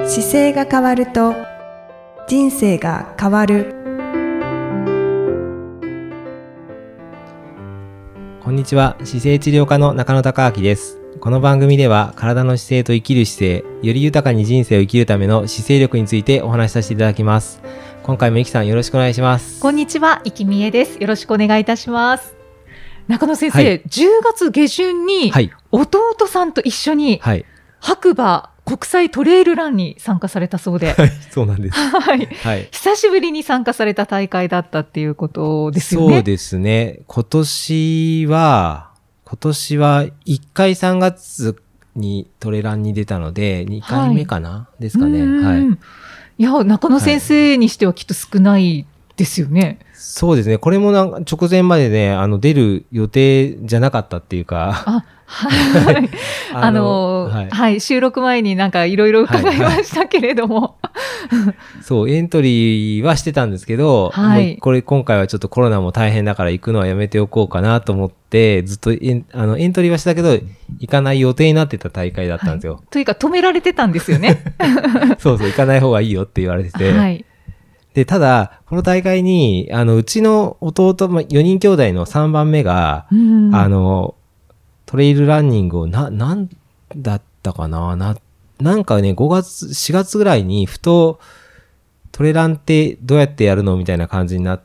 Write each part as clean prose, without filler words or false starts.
姿勢が変わると人生が変わる。 こんにちは、姿勢治療科の中野孝明です。この番組では体の姿勢と生きる姿勢、より豊かに人生を生きるための姿勢力についてお話しさせていただきます。今回もいきさんよろしくお願いします。 こんにちは、いきみえです。よろしくお願いいたします。中野先生、はい、10月下旬に弟さんと一緒に白馬国際トレイルランに参加されたそうで、 はい、そうなんです、 はいはい、久しぶりに参加された大会だったっていうことですよね。 そうですね。今年は1回3月にトレランに出たので2回目かな、はい、ですかね。はい。 いや、中野先生にしてはきっと少ないですよね。 そうですね。これも直前までね、出る予定じゃなかったっていうか。 はいはい、収録前になんかいろいろ伺いましたけれども、はいはい、 そうエントリーはしてたんですけど、はい、今回はちょっとコロナも大変だから行くのはやめておこうかなと思ってずっとエントリーはしたけど行かない予定になってた大会だったんですよ。はい、 というか止められてたんですよね。 そう行かない方がいいよって言われてて、はい、でただこの大会にうちの弟、4人兄弟の3番目が、トレイルランニングをなんだったかななんかね、4月ぐらいにふとトレランってどうやってやるのみたいな感じになって、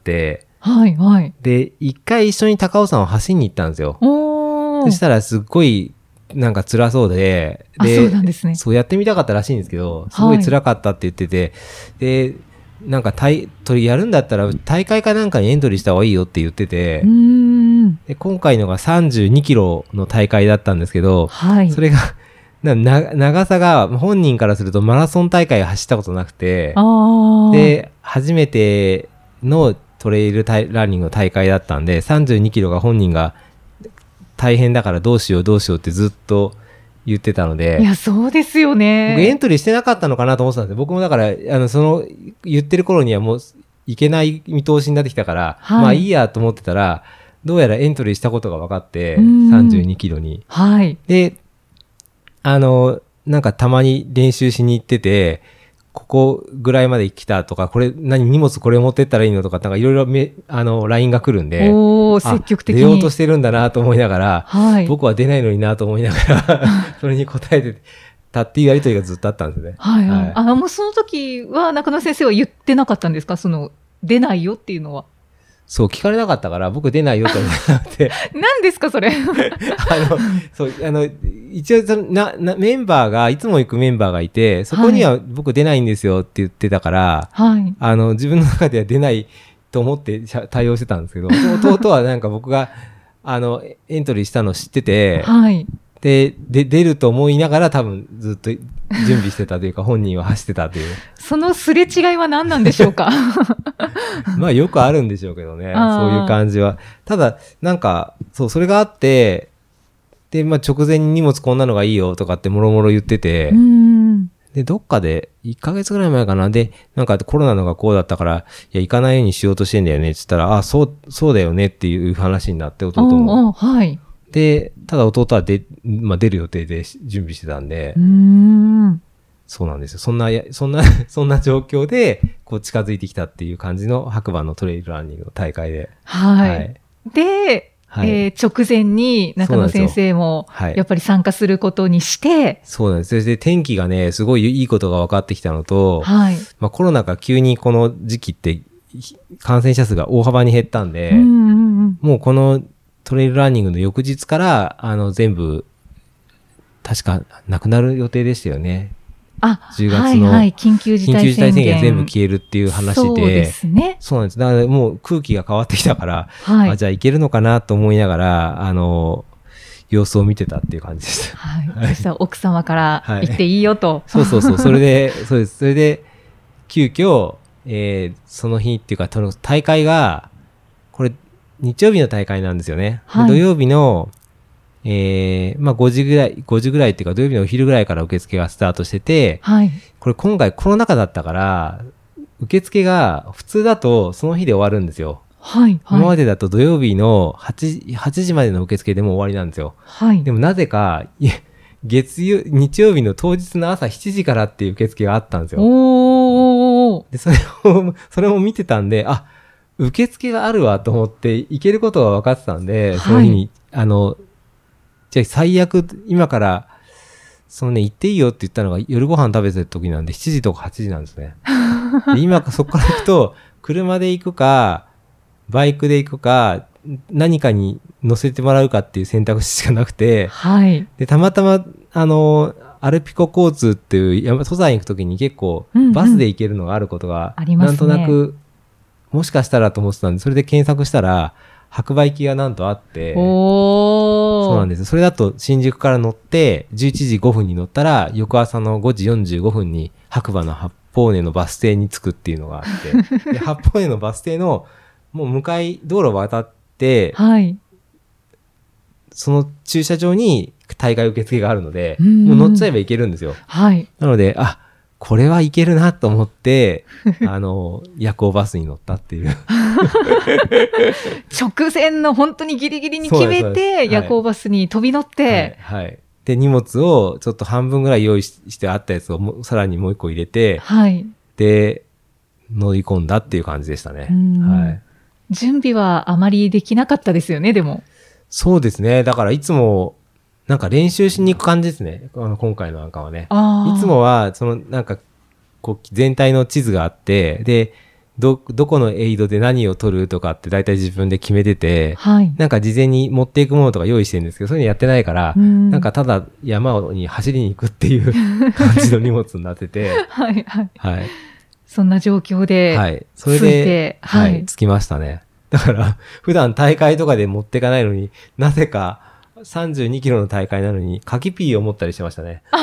はいはい。 で、一回一緒に高尾山を走りに行ったんですよ。そしたらすっごいなんか辛そうで、 そうなんですね。 そうやってみたかったらしいんですけど、すごい辛かったって言ってて、で、なんかやるんだったら大会かなんかにエントリーした方がいいよって言ってて、で今回のが32キロの大会だったんですけど、はい、それが長さが本人からするとマラソン大会走ったことなくて、で初めてのトレイルランニングの大会だったんで32キロが本人が大変だからどうしようってずっと言ってたので、 いやそうですよね。 僕エントリーしてなかったのかなと思ってたんですよ。僕もだから言ってる頃にはもういけない見通しになってきたから、はい、まあいいやと思ってたらどうやらエントリーしたことが分かって32キロに、 はい、でなんかたまに練習しに行っててここぐらいまで来たとか荷物これ持ってったらいいのとかなんかいろいろLINE が来るんで積極的に出ようとしてるんだなと思いながら、 はい、 僕は出ないのになと思いながらそれに答えてたっていうやりとりがずっとあったんですね。 はいはい、もうその時は中野先生は言ってなかったんですか？出ないよっていうのは。 そう聞かれなかったから僕出ないよって言って何ですかそれ一応メンバーがいつも行くメンバーがいてそこには僕出ないんですよって言ってたから、はい、自分の中では出ないと思って対応してたんですけど弟はなんか僕がエントリーしたの知ってて、はい、で出ると思いながら多分ずっと準備してたというか本人は走ってたというそのすれ違いは何なんでしょうか？ まあよくあるんでしょうけどね、そういう感じは。ただなんかそれがあってで、直前に荷物こんなのがいいよとかってもろもろ言ってて、でどっかで1ヶ月ぐらい前かなでなんかコロナのがこうだったからいや行かないようにしようとしてんだよねって言ったらそうだよねっていう話になって弟も、はい、でただ弟は出る予定で準備してたんで、そうなんですよ。そんな状況でこう近づいてきたっていう感じの白馬のトレイルランニングの大会で、 はいはい、で、はい、直前に中野先生もやっぱり参加することにして、 そうなんです。それで天気がねすごいいいことが分かってきたのと、はい、コロナが急にこの時期って感染者数が大幅に減ったんで、もうこのトレイルランニングの翌日から全部確かなくなる予定でしたよね。10月の緊急事態宣言が全部消えるっていう話で、 そうですね。 そうなんです。だからもう空気が変わってきたから、はい、じゃあいけるのかなと思いながら様子を見てたっていう感じでした。 はい。そしたら奥様から行っていいよと。 はい、そうそれでそうです。それで急遽、その日っていうか大会がこれ日曜日の大会なんですよね。はい、土曜日の5時ぐらいっていうか土曜日のお昼ぐらいから受付がスタートしてて、はい、これ今回コロナ禍だったから受付が普通だとその日で終わるんですよ。はいはい、今までだと土曜日の8時までの受付でもう終わりなんですよ。はい、でもなぜか日曜日の当日の朝7時からっていう受付があったんですよ。で、それも見てたんで、あ、受付があるわと思って行けることが分かってたんで、その日に、じゃあ最悪今から、行っていいよって言ったのが夜ご飯食べてる時なんで7時とか8時なんですね。で今そこから行くと、車で行くか、バイクで行くか、何かに乗せてもらうかっていう選択肢しかなくて、 はい。 で、たまたま、アルピコ交通っていう登山行くときに結構バスで行けるのがあることが、なんとなく、もしかしたらと思ってたんで、それで検索したら、白馬行きがなんとあって、そうなんです。それだと新宿から乗って、11時5分に乗ったら、翌朝の5時45分に白馬の八方根のバス停に着くっていうのがあって、で八方根のバス停の、もう道路を渡って、はい、その駐車場に大会受付があるので、もう乗っちゃえば行けるんですよ。はい。なので、あ、これはいけるなと思って、夜行バスに乗ったっていう。 直前の本当にギリギリに決めて、夜行バスに飛び乗って、 はい。で、荷物をちょっと半分ぐらい用意してあったやつをさらにもう一個入れて、はい。で、乗り込んだっていう感じでしたね。はい。 準備はあまりできなかったですよね、でも。 そうですね。だからいつも、なんか練習しに行く感じですね。今回のなんかはね。いつもは、なんか、こう、全体の地図があって、で、どこのエイドで何を取るとかって大体自分で決めてて、はい、なんか事前に持っていくものとか用意してるんですけど、そういうのやってないから、なんかただ山に走りに行くっていう感じの荷物になってて、 はいはい。はい。そんな状況で、はい。 それで、はい、着きましたね。だから、普段大会とかで持っていかないのになぜか、32キロの大会なのに、柿ピーを持ったりしてましたね。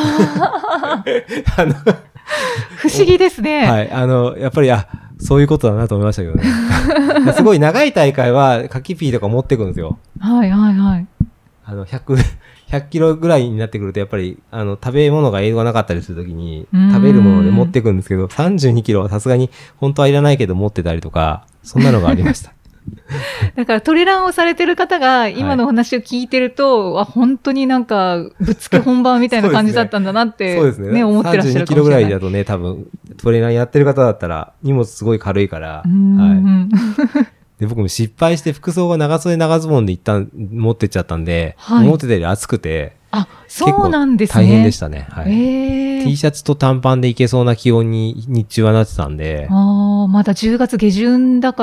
不思議ですね。 はい。やっぱり、そういうことだなと思いましたけどね。すごい長い大会は、柿ピーとか持ってくんですよ。 はいはいはい。 100キロぐらいになってくると、やっぱり、食べ物が栄養がなかったりするときに、食べるもので持ってくんですけど、32キロはさすがに、本当はいらないけど持ってたりとか、そんなのがありました。 だからトレランをされてる方が今のお話を聞いてると、はい、本当になんかぶっつけ本番みたいな感じだったんだなって、そうですね。思ってらっしゃるかもしれない。32キロぐらいだとね、多分トレランやってる方だったら荷物すごい軽いから、はい。で僕も失敗して服装が長袖長ズボンで持ってっちゃったんで、はい、思ってたより暑くて、 そうなんですね。 大変でしたね。はい。T シャツと短パンでいけそうな気温に日中はなってたんで。 まだ10月下旬だから、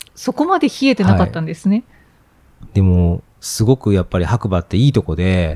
そこまで冷えてなかったんですね。 はい、でも、すごくやっぱり白馬っていいとこで、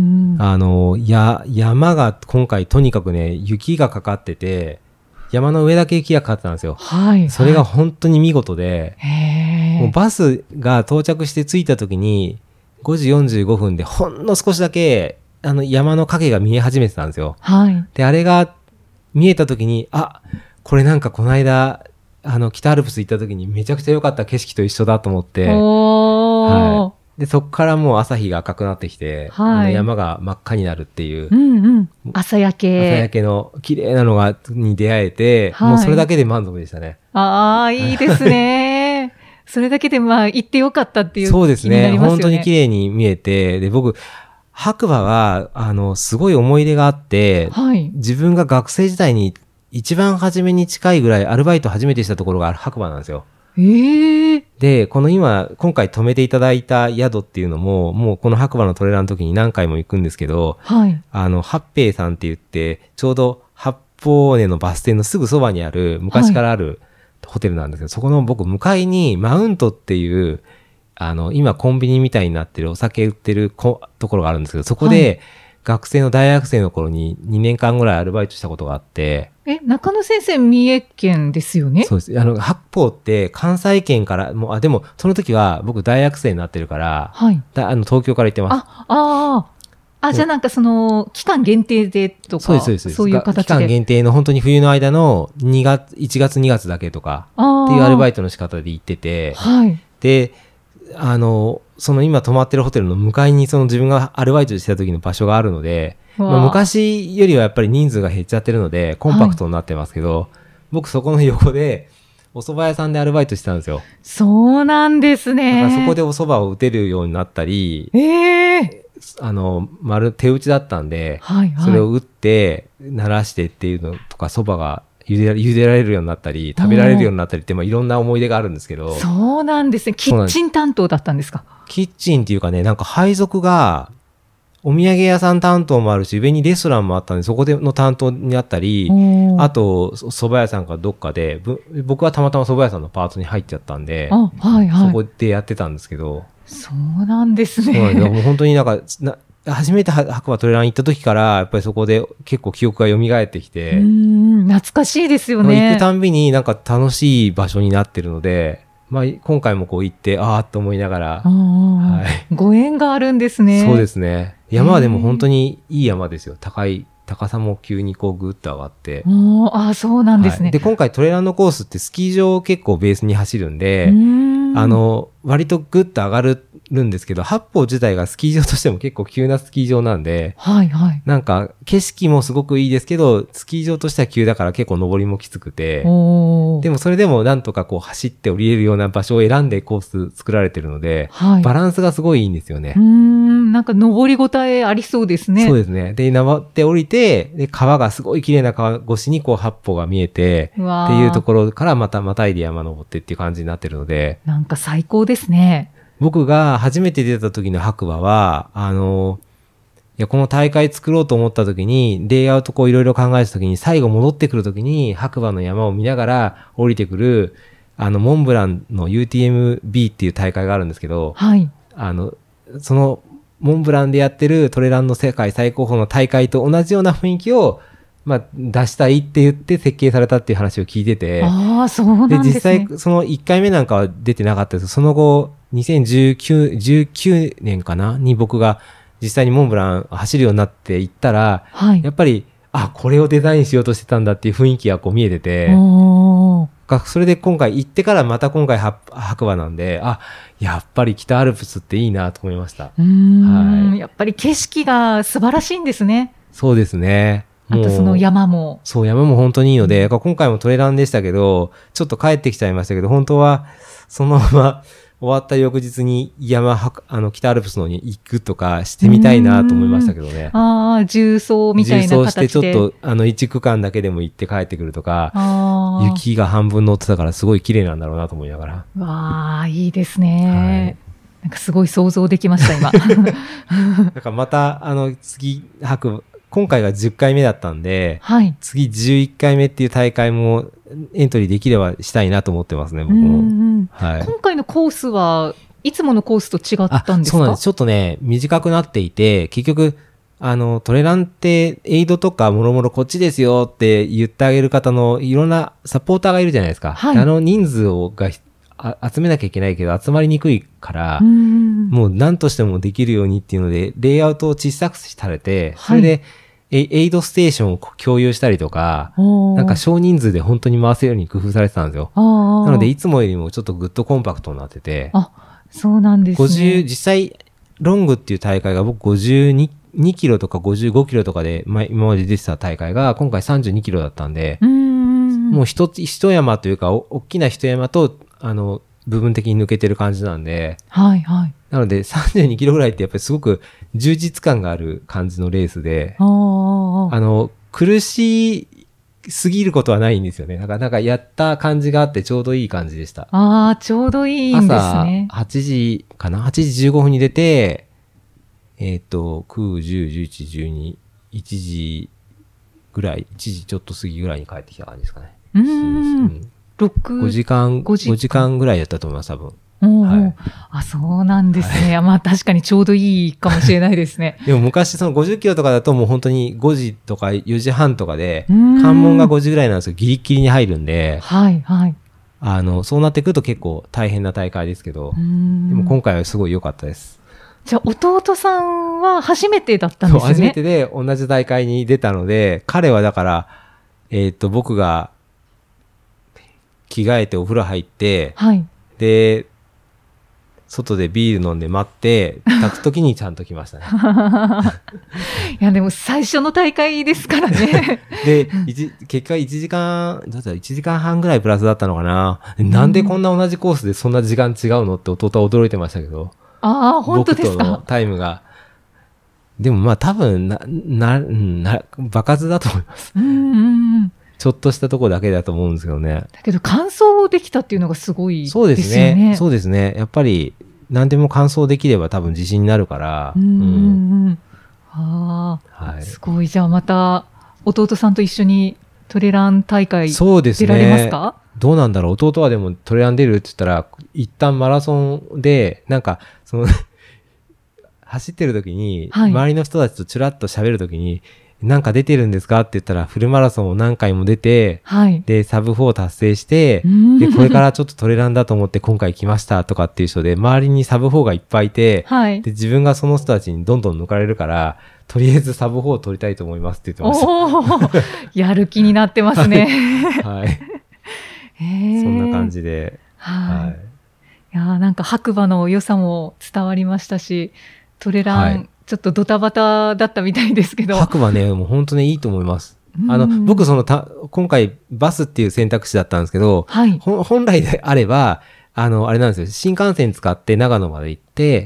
山が今回とにかくね、雪がかかってて、山の上だけ雪がかかってたんですよ。はい。それが本当に見事で、もうバスが到着して着いた時に、5時45分でほんの少しだけ山の影が見え始めてたんですよ。はい。で、あれが見えた時に、これなんかこの間、北アルプス行った時にめちゃくちゃ良かった景色と一緒だと思って、はい。で、そこからもう朝日が赤くなってきて、はい、山が真っ赤になるっていう。 朝焼けの綺麗なのに出会えて、はい、もうそれだけで満足でしたね。 いいですね。それだけで行ってよかったっていう気になりますよね。 そうですね。本当に綺麗に見えて、で、僕、白馬は、すごい思い出があって、はい、自分が学生時代に一番初めに近いぐらいアルバイト初めてしたところが白馬なんですよ。で、今回泊めていただいた宿っていうのも、もうこの白馬のトレランの時に何回も行くんですけど、はい、八平さんって言って、ちょうど八方根のバス停のすぐそばにある、昔からある、はいホテルなんですけど、そこの僕向かいにマウントっていう、今コンビニみたいになってるお酒売ってるところがあるんですけど、そこで大学生の頃に2年間ぐらいアルバイトしたことがあって。 中野先生、三重県ですよね？ そうです。八方って関西圏から、でもその時は僕大学生になってるから、はい。東京から行ってます。 じゃあなんか期間限定でとか、そういう形で。 期間限定の本当に冬の間の1月2月だけとかっていうアルバイトの仕方で行ってて、はい。で、今泊まってるホテルの向かいに自分がアルバイトしてた時の場所があるので、昔よりはやっぱり人数が減っちゃってるので、コンパクトになってますけど、はい、僕そこの横で、お蕎麦屋さんでアルバイトしてたんですよ。 そうなんですね。 だからそこでお蕎麦を打てるようになったり、 手打ちだったんで、 はいはい、 それを打って鳴らしてっていうのとか、そばが茹でられるようになったり食べられるようになったりって、いろんな思い出があるんですけど。 そうなんですね。キッチン担当だったんですか？ キッチンっていうかね、なんか配属がお土産屋さん担当もあるし、上にレストランもあったんで、そこでの担当になったり、あと蕎麦屋さんかどっかで、僕はたまたま蕎麦屋さんのパートに入っちゃったんで、 はいはい、 そこでやってたんですけど。 そうなんですね。 そうなんです。もう本当に初めて白馬トレラン行った時から、やっぱりそこで結構記憶が蘇ってきて。 懐かしいですよね。 行くたんびになんか楽しい場所になってるので、今回もこう行って、あーっと思いながら。 はい、ご縁があるんですね。 そうですね。山はでも本当にいい山ですよ。高さも急にこうグッと上がって。 そうなんですね。 で、今回トレランのコースってスキー場を結構ベースに走るんで、割とグッと上がるんですけど、八方自体がスキー場としても結構急なスキー場なんで、 はいはい、 なんか景色もすごくいいですけど、スキー場としては急だから結構登りもきつくて、でもそれでもなんとかこう走って降りれるような場所を選んでコース作られてるので、バランスがすごいいいんですよね。 なんか登りごたえありそうですね。 そうですね。で、登って降りて、で、川がすごい綺麗な川越しにこう八方が見えて、っていうところからまたいで山登ってっていう感じになってるので。 なんか最高ですね。 僕が初めて出た時の白馬は、この大会作ろうと思った時に、レイアウトこういろいろ考えた時に、最後戻ってくる時に白馬の山を見ながら降りてくる、モンブランの UTMB っていう大会があるんですけど、 はい。 その、モンブランでやってるトレランの世界最高峰の大会と同じような雰囲気を、出したいって言って設計されたっていう話を聞いてて。 そうなんですね。 で、実際、その1回目なんかは出てなかったです。その後、2019年かなに僕が実際にモンブラン走るようになっていったら、やっぱり、これをデザインしようとしてたんだっていう雰囲気がこう見えてて、それで今回行ってからまた今回白馬なんで、やっぱり北アルプスっていいなと思いました。 やっぱり景色が素晴らしいんですね。 そうですね。 あとその山も。 そう、山も本当にいいので、今回もトレランでしたけど、ちょっと帰ってきちゃいましたけど、本当はそのまま終わった翌日に北アルプスの方に行くとかしてみたいなと思いましたけどね。 重走みたいな形で。 重走してちょっと一区間だけでも行って帰ってくるとか、雪が半分乗ってたからすごい綺麗なんだろうなと思いながら。いいですね。なんかすごい想像できました、今。 なんかまた、今回が10回目だったんで、次11回目っていう大会もエントリーできればしたいなと思ってますね、僕も。今回のコースはいつものコースと違ったんですか？ そうなんです。ちょっとね、短くなっていて、結局、トレランってエイドとかもろもろこっちですよって言ってあげる方のいろんなサポーターがいるじゃないですか。人数が集めなきゃいけないけど集まりにくいから、もう何としてもできるようにっていうので、レイアウトを小さくされて、それで、エイドステーションを共有したりとか、なんか少人数で本当に回せるように工夫されてたんですよ。なので、いつもよりもちょっとぐっとコンパクトになってて。 そうなんですね。 実際、ロングっていう大会が僕52キロとか55キロとかで、今まで出てた大会が今回32キロだったんで、もう一山というか、大きな一山と、部分的に抜けてる感じなんで、なので32キロぐらいってやっぱりすごく充実感がある感じのレースで、苦しすぎることはないんですよね。なんかやった感じがあってちょうどいい感じでした。 ちょうどいいんですね。 朝8時かな ?8 時15分に出て、9、10、11、12、1時ぐらい、1時ちょっと過ぎぐらいに帰ってきた感じですかね。5時間ぐらいだったと思います、多分。 そうなんですね。確かにちょうどいいかもしれないですね。 でも昔その50キロとかだともう本当に5時とか4時半とかで、関門が5時ぐらいなんですけど、ギリギリに入るんで、そうなってくると結構大変な大会ですけど、でも今回はすごい良かったです。 じゃあ弟さんは初めてだったんですよね。 初めてで同じ大会に出たので、彼はだから、僕が着替えてお風呂入って、で、外でビール飲んで待って、炊くときにちゃんと来ましたね。 いや、でも最初の大会ですからね。 で、結果1時間半ぐらいプラスだったのかな。なんでこんな同じコースでそんな時間違うのって弟は驚いてましたけど。 本当ですか。 僕とのタイムが。 でもまあ多分場数だと思います。ちょっとしたとこだけだと思うんですけどね。 だけど完走できたっていうのがすごいですよね。 そうですね。そうですね。やっぱり何でも完走できれば多分自信になるから。 はい、すごい。じゃあまた弟さんと一緒にトレラン大会出られますか？ どうなんだろう。弟はでもトレラン出るって言ったら一旦マラソンでなんかその走ってる時に、周りの人たちとちらっと喋る時になんか出てるんですかって言ったらフルマラソンを何回も出て、でサブ4達成して、でこれからちょっとトレランだと思って今回来ましたとかっていう人で周りにサブ4がいっぱいいて、で自分がその人たちにどんどん抜かれるからとりあえずサブ4を取りたいと思いますって言ってました。 やる気になってますね。 はい。そんな感じで。 いやなんか白馬の良さも伝わりましたし、トレラン、ちょっとドタバタだったみたいですけど。 白馬ね、もう本当にいいと思います。僕今回バスっていう選択肢だったんですけど、本来であれば、あれなんですよ。新幹線使って長野まで行って、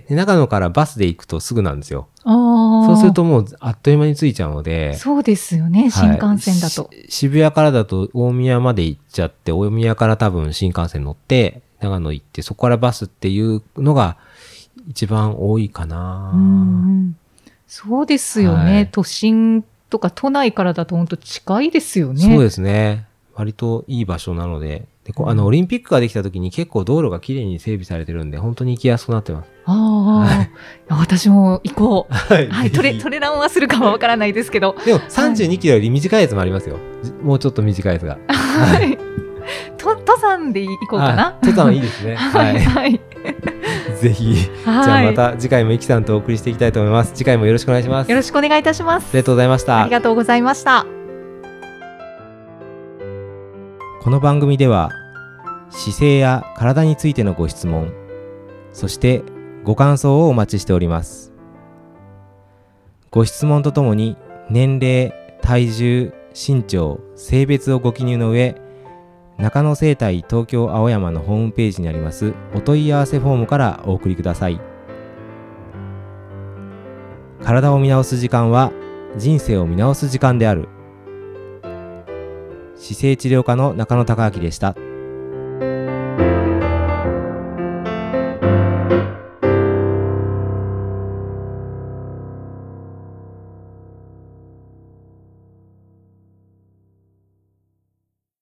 長野からバスで行くとすぐなんですよ。そうするともうあっという間に着いちゃうので。 そうですよね、新幹線だと。 渋谷からだと大宮まで行っちゃって、大宮から多分新幹線乗って、長野行って、そこからバスっていうのが一番多いかな。 そうですよね。都心とか都内からだと本当近いですよね。 そうですね。割といい場所なので。オリンピックができた時に結構道路がきれいに整備されてるんで、本当に行きやすくなってます。 私も行こう。トレランはするかはわからないですけど。 でも32キロより短いやつもありますよ。もうちょっと短いやつが。 登山で行こうかな。 登山いいですね。ぜひ。じゃあまた次回もイキさんとお送りしていきたいと思います。次回もよろしくお願いします。 よろしくお願いいたします。 ありがとうございました。 ありがとうございました。 この番組では姿勢や体についてのご質問、そしてご感想をお待ちしております。ご質問とともに年齢、体重、身長、性別をご記入の上、中野生態東京青山のホームページにありますお問い合わせフォームからお送りください。体を見直す時間は人生を見直す時間である。姿勢治療科の中野孝明でした。